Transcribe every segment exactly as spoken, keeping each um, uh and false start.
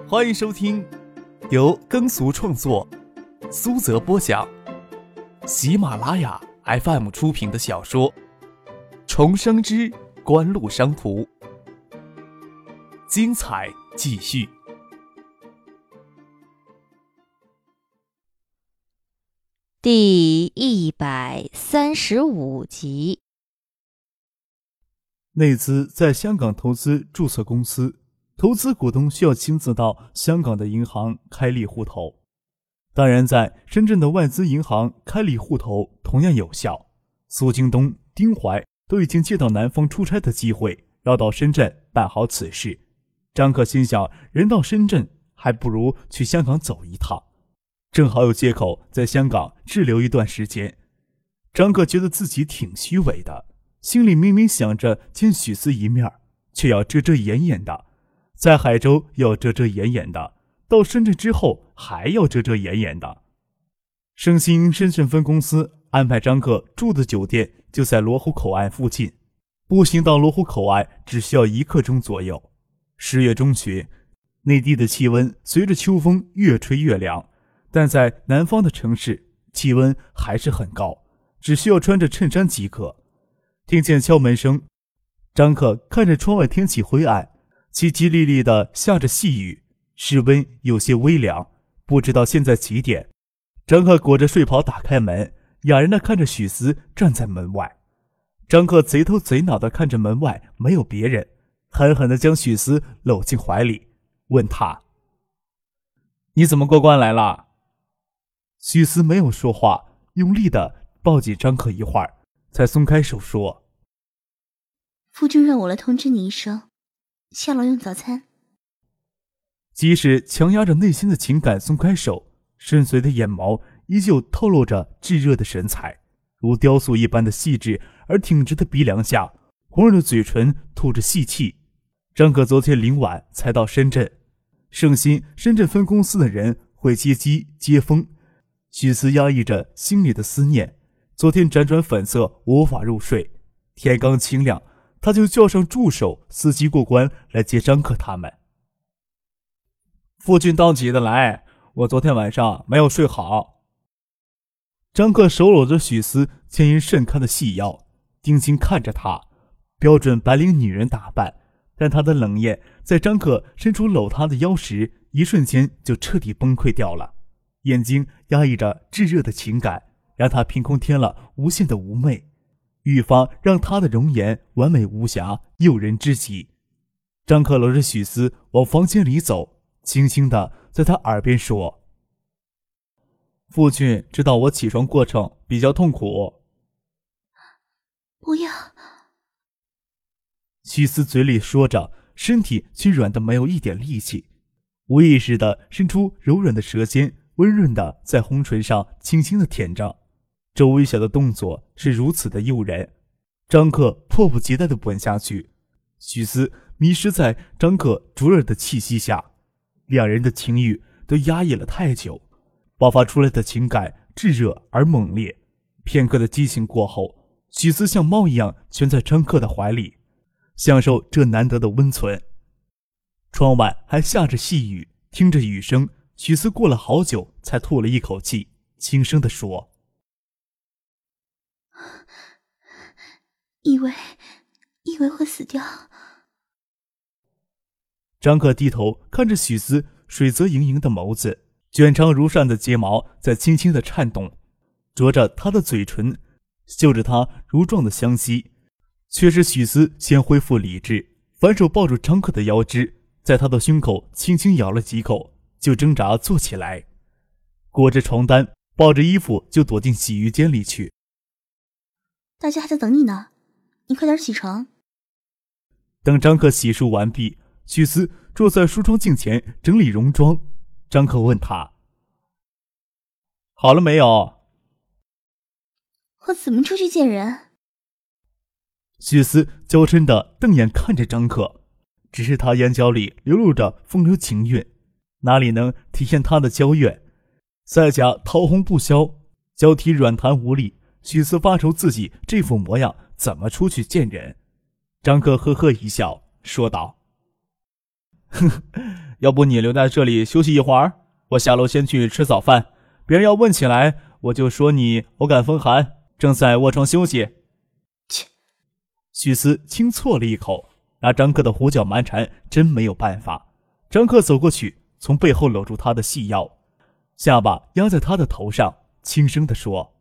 欢迎收听由耕俗创作、苏泽播讲、喜马拉雅 F M 出品的小说《重生之官路商途》，精彩继续。 第一百三十五集。 内资在香港投资注册公司，投资股东需要亲自到香港的银行开立户头。当然，在深圳的外资银行开立户头同样有效。苏京东、丁怀都已经接到南方出差的机会，要到深圳办好此事。张克心想，人到深圳，还不如去香港走一趟，正好有借口在香港滞留一段时间。张克觉得自己挺虚伪的，心里明明想着见许思一面，却要遮遮掩掩的，在海州要遮遮掩掩的，到深圳之后还要遮遮掩掩的。盛兴深圳分公司安排张克住的酒店就在罗湖口岸附近，步行到罗湖口岸只需要一刻钟左右。十月中旬，内地的气温随着秋风越吹越凉，但在南方的城市气温还是很高，只需要穿着衬衫即可。听见敲门声，张克看着窗外天气灰暗，淅淅沥沥地下着细雨，室温有些微凉，不知道现在几点。张克裹着睡袍打开门，哑然地看着许思站在门外。张克贼头贼脑地看着门外没有别人，狠狠地将许思搂进怀里，问他：你怎么过关来了？许思没有说话，用力地抱紧张克一会儿，才松开手说： 夫君让我来通知你一声，下楼用早餐。 即使强压着内心的情感松开手，深邃的眼眸依旧透露着炙热的神采，如雕塑一般的细致而挺直的鼻梁下，红润的嘴唇吐着细气。张克昨天凌晚才到深圳，盛兴深圳分公司的人会接机接风，许思压抑着心里的思念，昨天辗转反侧无法入睡，天刚清亮，他就叫上助手司机过关来接张克他们。夫君当即的来，我昨天晚上没有睡好。张克手搂着许思坚硬甚开的细腰，定睛看着她，标准白领女人打扮，但她的冷艳在张克伸出搂她的腰时，一瞬间就彻底崩溃掉了，眼睛压抑着炙热的情感，让她凭空添了无限的妩媚，愈发让她的容颜完美无瑕，诱人之极。张克搂着许思往房间里走，轻轻地在她耳边说：父亲知道我起床过程比较痛苦。 不要。 许思嘴里说着，身体却软得没有一点力气，无意识地伸出柔软的舌尖，温润地在红唇上轻轻地舔着。这微小的动作是如此的诱人，张克迫不及待地吻下去。许思迷失在张克灼热的气息下，两人的情欲都压抑了太久，爆发出来的情感炙热而猛烈。片刻的激情过后，许思像猫一样蜷在张克的怀里，享受这难得的温存。窗外还下着细雨，听着雨声，许思过了好久才吐了一口气，轻声地说： 以为以为会死掉。 张克低头看着许思水泽盈盈的眸子，卷长如扇的睫毛在轻轻地颤动，啄着她的嘴唇，嗅着她如状的香息。却是许思先恢复理智，反手抱住张克的腰肢，在他的胸口轻轻咬了几口，就挣扎坐起来，裹着床单，抱着衣服就躲进洗浴间里去。 大家还在等你呢，你快点起床。 等张克洗漱完毕，许思坐在梳妆镜前整理容妆。张克问他：好了没有？ 我怎么出去见人？ 许思娇嗔地瞪眼看着张克，只是他眼角里流露着风流情韵，哪里能体现他的娇怨？赛甲桃红不消，娇体软弹无力，许思发愁自己这副模样怎么出去见人。张克呵呵一笑说道：呵呵， 要不你留在这里休息一会儿，我下楼先去吃早饭，别人要问起来，我就说你偶感风寒，正在卧床休息。 切！ 许思轻啜了一口，拿张克的胡搅蛮缠真没有办法。张克走过去，从背后搂住他的细腰，下巴压在他的头上，轻声地说：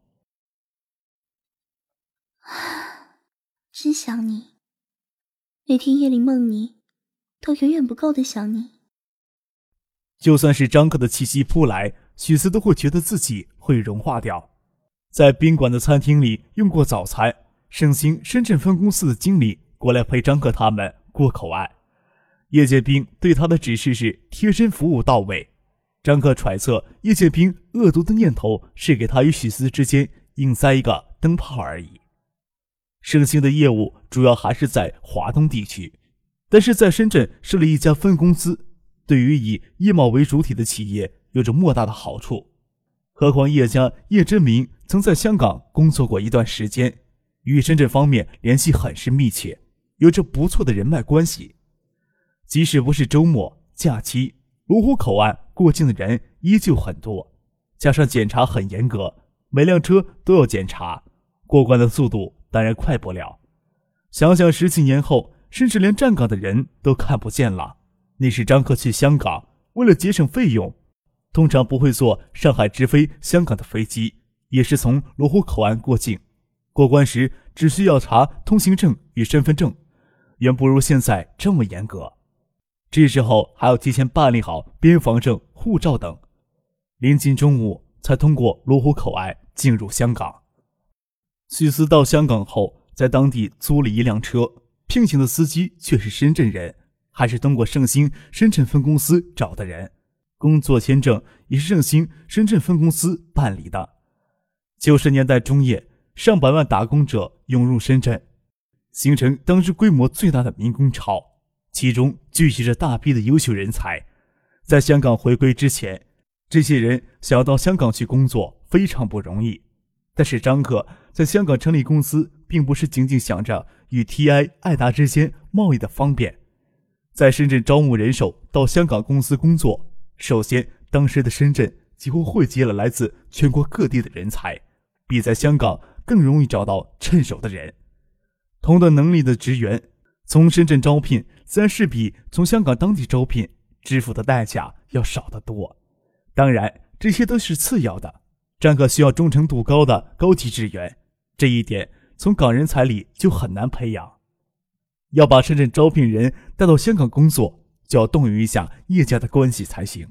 真想你，每天夜里梦你，都远远不够的想你。 就算是张克的气息扑来，许思都会觉得自己会融化掉。在宾馆的餐厅里用过早餐，盛兴深圳分公司的经理过来陪张克他们过口岸。叶剑兵对他的指示是贴身服务到位。张克揣测叶剑兵恶毒的念头是给他与许思之间硬塞一个灯泡而已。盛兴的业务主要还是在华东地区，但是在深圳设立一家分公司，对于以叶茂为主体的企业有着莫大的好处。何况叶家叶真明曾在香港工作过一段时间，与深圳方面联系很是密切，有着不错的人脉关系。即使不是周末假期，罗湖口岸过境的人依旧很多，加上检查很严格，每辆车都要检查，过关的速度当然快不了。想想十几年后，甚至连站岗的人都看不见了。那时张克去香港，为了节省费用，通常不会坐上海直飞香港的飞机，也是从罗湖口岸过境。过关时只需要查通行证与身份证，远不如现在这么严格。这时候还要提前办理好边防证、护照等，临近中午才通过罗湖口岸进入香港。许思到香港后，在当地租了一辆车，聘请的司机却是深圳人，还是通过盛兴深圳分公司找的人，工作签证也是盛兴深圳分公司办理的。九十年代中叶，上百万打工者涌入深圳，形成当时规模最大的民工潮，其中聚集着大批的优秀人才。在香港回归之前，这些人想要到香港去工作非常不容易。但是张克在香港成立公司，并不是仅仅想着与 T I 爱达之间贸易的方便。在深圳招募人手到香港公司工作，首先当时的深圳几乎汇集了来自全国各地的人才，比在香港更容易找到趁手的人。同等能力的职员从深圳招聘，自然是比从香港当地招聘支付的代价要少得多。当然这些都是次要的，张克需要忠诚度高的高级职员，这一点从港人才里就很难培养。要把深圳招聘人带到香港工作，就要动用一下叶家的关系才行。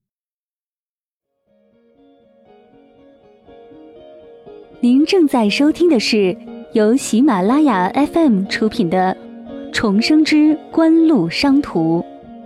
您正在收听的是由喜马拉雅 F M 出品的《重生之官路商途》。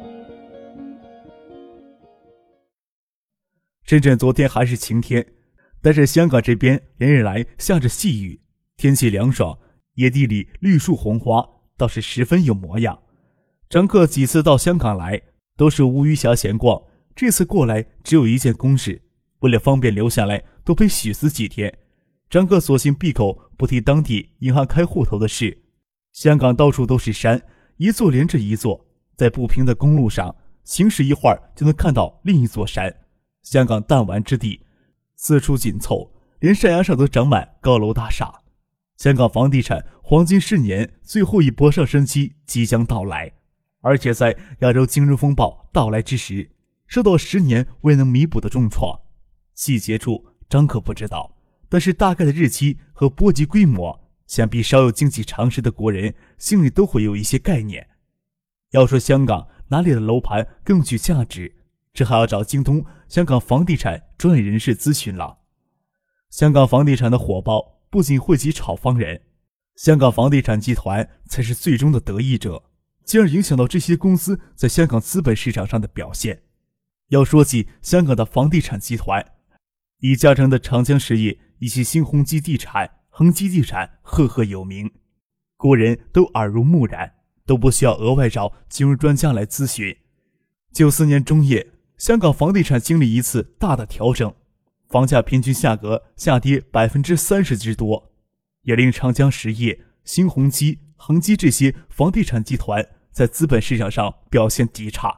深圳昨天还是晴天，但是香港这边连日来下着细雨，天气凉爽，野地里绿树红花，倒是十分有模样。张克几次到香港来都是无余暇闲逛，这次过来只有一件公事，为了方便留下来多陪许思几天，张克索性闭口不提当地银行开户头的事。香港到处都是山，一座连着一座，在不平的公路上行驶一会儿就能看到另一座山。香港弹丸之地，四处紧凑，连山崖上都长满高楼大厦。香港房地产黄金十年最后一波上升期即将到来，而且在亚洲金融风暴到来之时，受到十年未能弥补的重创。细节处张克不知道，但是大概的日期和波及规模，想必稍有经济常识的国人心里都会有一些概念。要说香港哪里的楼盘更具价值，这还要找京东香港房地产专业人士咨询了。香港房地产的火爆不仅惠及炒房人，香港房地产集团才是最终的得益者，进而影响到这些公司在香港资本市场上的表现。要说起香港的房地产集团，以嘉诚的长江实业以及新鸿基地产、恒基地产赫赫有名，国人都耳濡目染，都不需要额外找金融专家来咨询。九四年中叶，香港房地产经历一次大的调整，房价平均价格下跌 百分之三十 之多，也令长江实业、新鸿基、恒基这些房地产集团在资本市场上表现极差，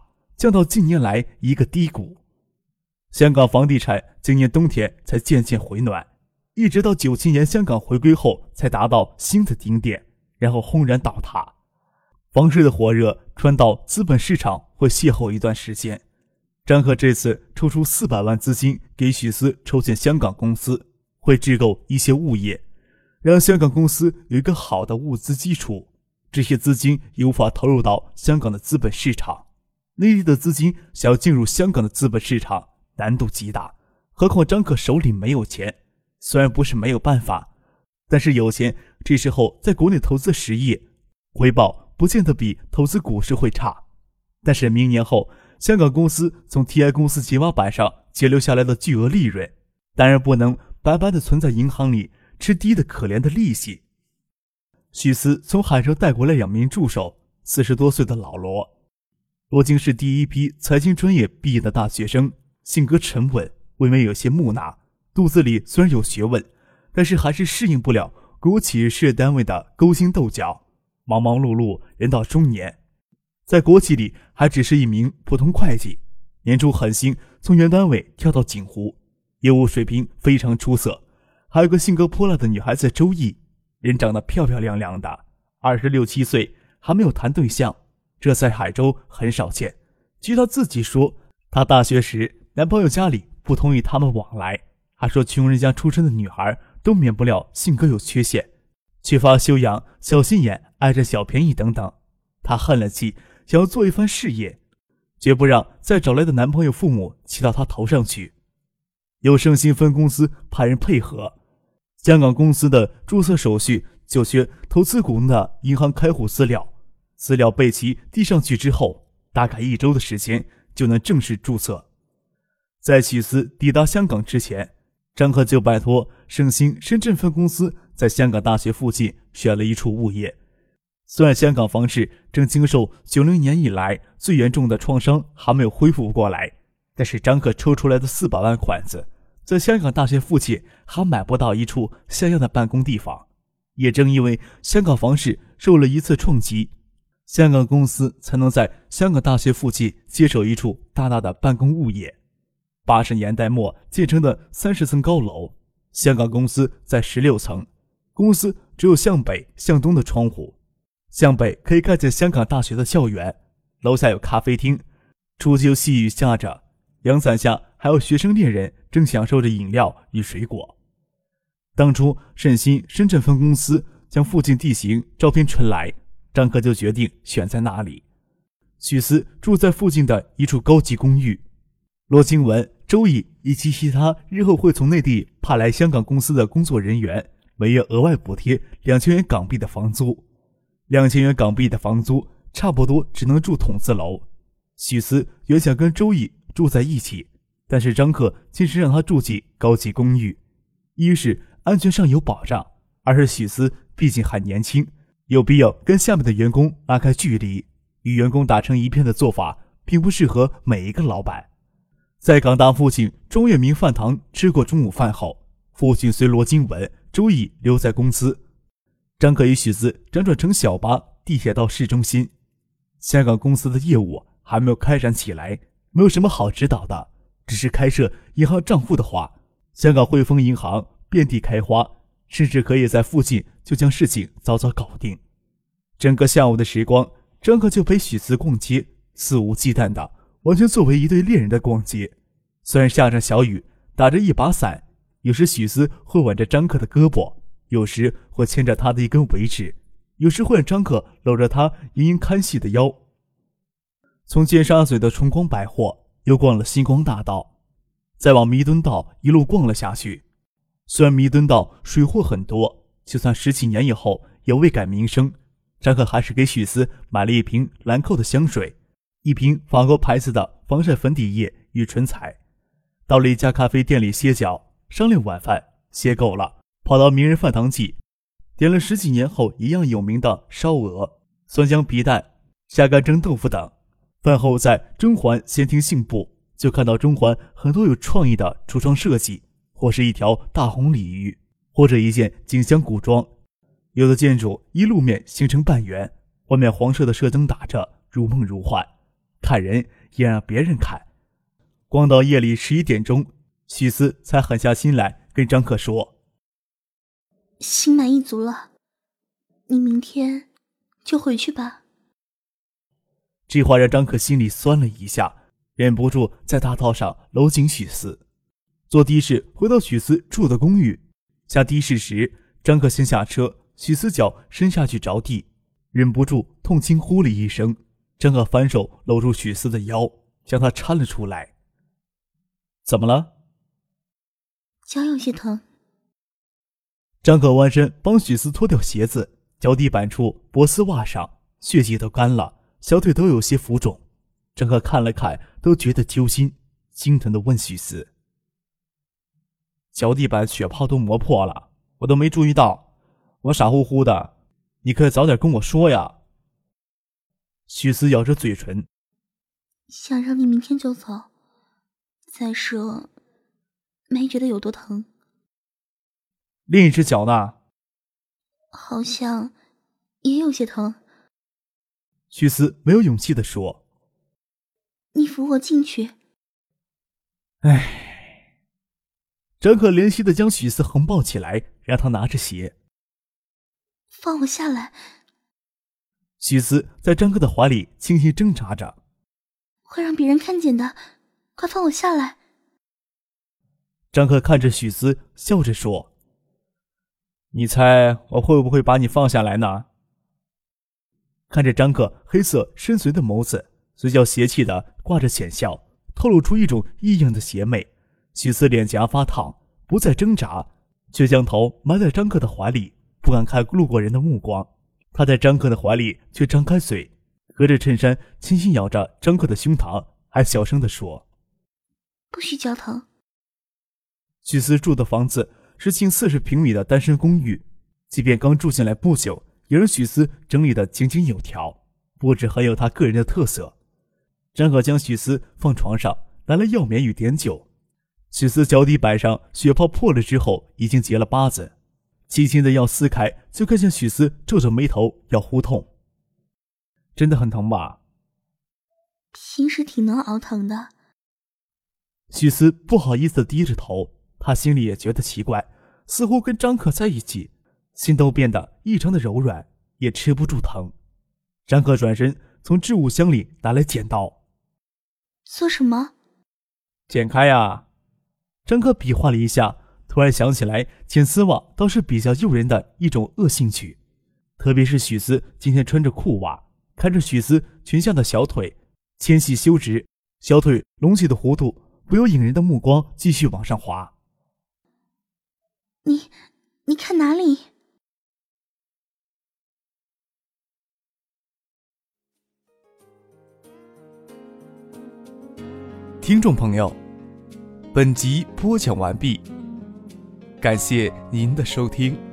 降到近年来一个低谷。香港房地产今年冬天才渐渐回暖，一直到九七年香港回归后才达到新的顶点，然后轰然倒塌。房市的火热传导资本市场会邂逅一段时间。张克这次抽出四百万资金给许思筹建香港公司，会置购一些物业，让香港公司有一个好的物资基础。这些资金也无法投入到香港的资本市场，内地的资金想要进入香港的资本市场难度极大，何况张克手里没有钱。虽然不是没有办法，但是有钱这时候在国内投资实业，回报不见得比投资股市会差。但是明年后，香港公司从 T I 公司解码板上截留下来的巨额利润，当然不能白白的存在银行里吃低的可怜的利息。许思从海州带过来两名助手，四十多岁的老罗。罗京是第一批财经专业毕业的大学生，性格沉稳，未免有些木讷，肚子里虽然有学问，但是还是适应不了国企事业单位的勾心斗角，忙忙碌碌，人到中年，在国企里还只是一名普通会计，年初狠心从原单位跳到锦湖，业务水平非常出色。还有个性格泼辣的女孩子周毅，人长得漂漂亮亮的，二十六七岁，还没有谈对象，这在海州很少见。据她自己说，她大学时男朋友家里不同意他们往来，还说穷人家出身的女孩都免不了性格有缺陷，缺乏修养，小心眼，爱占小便宜等等。她恨了气，想要做一番事业，绝不让再找来的男朋友父母骑到她头上去。有盛兴分公司派人配合，香港公司的注册手续就缺投资股东的银行开户资料，资料备齐递上去之后，大概一周的时间就能正式注册。在许思抵达香港之前，张克就拜托盛兴深圳分公司在香港大学附近选了一处物业。虽然香港房市正经受九零年以来最严重的创伤还没有恢复过来，但是张克抽出来的四百万款子，在香港大学附近还买不到一处像样的办公地方。也正因为香港房市受了一次冲击，香港公司才能在香港大学附近接手一处大大的办公物业。八十年代末建成的三十层高楼，香港公司在十六层，公司只有向北向东的窗户，向北可以看见香港大学的校园，楼下有咖啡厅，初秋细雨下着，阳伞下还有学生恋人正享受着饮料与水果。当初盛兴深圳分公司将附近地形照片传来，张克就决定选在那里。许思住在附近的一处高级公寓，罗经文、周毅以及其他日后会从内地派来香港公司的工作人员，每月额外补贴两千元港币的房租。两千元港币的房租差不多只能住筒子楼。许思原想跟周毅住在一起，但是张克坚持让他住进高级公寓，一是安全上有保障，二是许思毕竟还年轻，有必要跟下面的员工拉开距离，与员工打成一片的做法并不适合每一个老板。在港大附近中粤名饭堂吃过中午饭后，父亲随罗经文、周毅留在公司，张克与许思辗转乘小巴地铁到市中心。香港公司的业务还没有开展起来，没有什么好指导的，只是开设银行账户的话，香港汇丰银行遍地开花，甚至可以在附近就将事情早早搞定。整个下午的时光，张克就陪许思逛街，肆无忌惮的，完全作为一对恋人的逛街。虽然下着小雨，打着一把伞，有时许思会挽着张克的胳膊，有时会牵着他的一根尾指，有时会让张克搂着他盈盈看戏的腰。从尖沙咀的崇光百货又逛了星光大道，再往弥敦道一路逛了下去。虽然弥敦道水货很多，就算十几年以后也未改名声，张克还是给许思买了一瓶兰蔻的香水，一瓶法国牌子的防晒粉底液与唇彩。到了一家咖啡店里歇脚，商量晚饭，歇够了，跑到名人饭堂记，点了十几年后一样有名的烧鹅、酸浆皮蛋、虾干蒸豆腐等。饭后在中环闲庭信步，就看到中环很多有创意的橱窗设计，或是一条大红鲤鱼，或者一件锦香古装。有的建筑一路面形成半圆，外面黄色的射灯打着，如梦如幻。 看人也让别人看。光到夜里十一点钟，许思才狠下心来跟张克说： 心满意足了，你明天就回去吧。 这话让张克心里酸了一下，忍不住在大道上搂紧许思。坐的士回到许思住的公寓，下的士时，张克先下车，许思脚伸下去着地，忍不住痛轻呼了一声。张克反手搂住许思的腰，将她搀了出来。怎么了？ 脚有些疼。 张克弯身帮许思脱掉鞋子，脚底板处薄丝袜上血迹都干了，小腿都有些浮肿。张克看了看都觉得揪心，心疼地问许思：脚底板血泡都磨破了，我都没注意到，我傻乎乎的，你可以早点跟我说呀。许思咬着嘴唇， 想让你明天就走，再说没觉得有多疼。 另一只脚呢？ 好像也有些疼。 许思没有勇气地说： 你扶我进去。 唉。张克怜惜地将许思横抱起来，让他拿着鞋。 放我下来。 许思在张克的怀里轻轻挣扎着。 会让别人看见的，快放我下来。 张克看着许思，笑着说：你猜我会不会把你放下来呢？看着张克黑色深邃的眸子，嘴角邪气地挂着浅笑，透露出一种异样的邪魅。许思脸颊发烫，不再挣扎，却将头埋在张克的怀里，不敢看路过人的目光。他在张克的怀里却张开嘴，隔着衬衫轻轻咬着张克的胸膛，还小声地说： 不许叫疼。 许思住的房子是近四十平米的单身公寓，即便刚住进来不久，也让许思整理得井井有条，布置很有他个人的特色。张可将许思放床上，拿来药棉与碘酒。许思脚底板上血泡破了之后已经结了疤子，轻轻的要撕开，就看见许思皱着眉头要呼痛。真的很疼吧？ 平时挺能熬疼的。 许思不好意思地低着头，他心里也觉得奇怪，似乎跟张可在一起，心都变得异常的柔软，也吃不住疼。张可转身从置物箱里拿来剪刀。 做什么？ 剪开呀！张可比划了一下，突然想起来剪丝袜倒是比较诱人的一种恶兴趣，特别是许思今天穿着裤袜，看着许思裙下的小腿纤细修直，小腿隆起的弧度不由引人的目光继续往上滑。 你你看哪里？ 听众朋友，本集播讲完毕，感谢您的收听。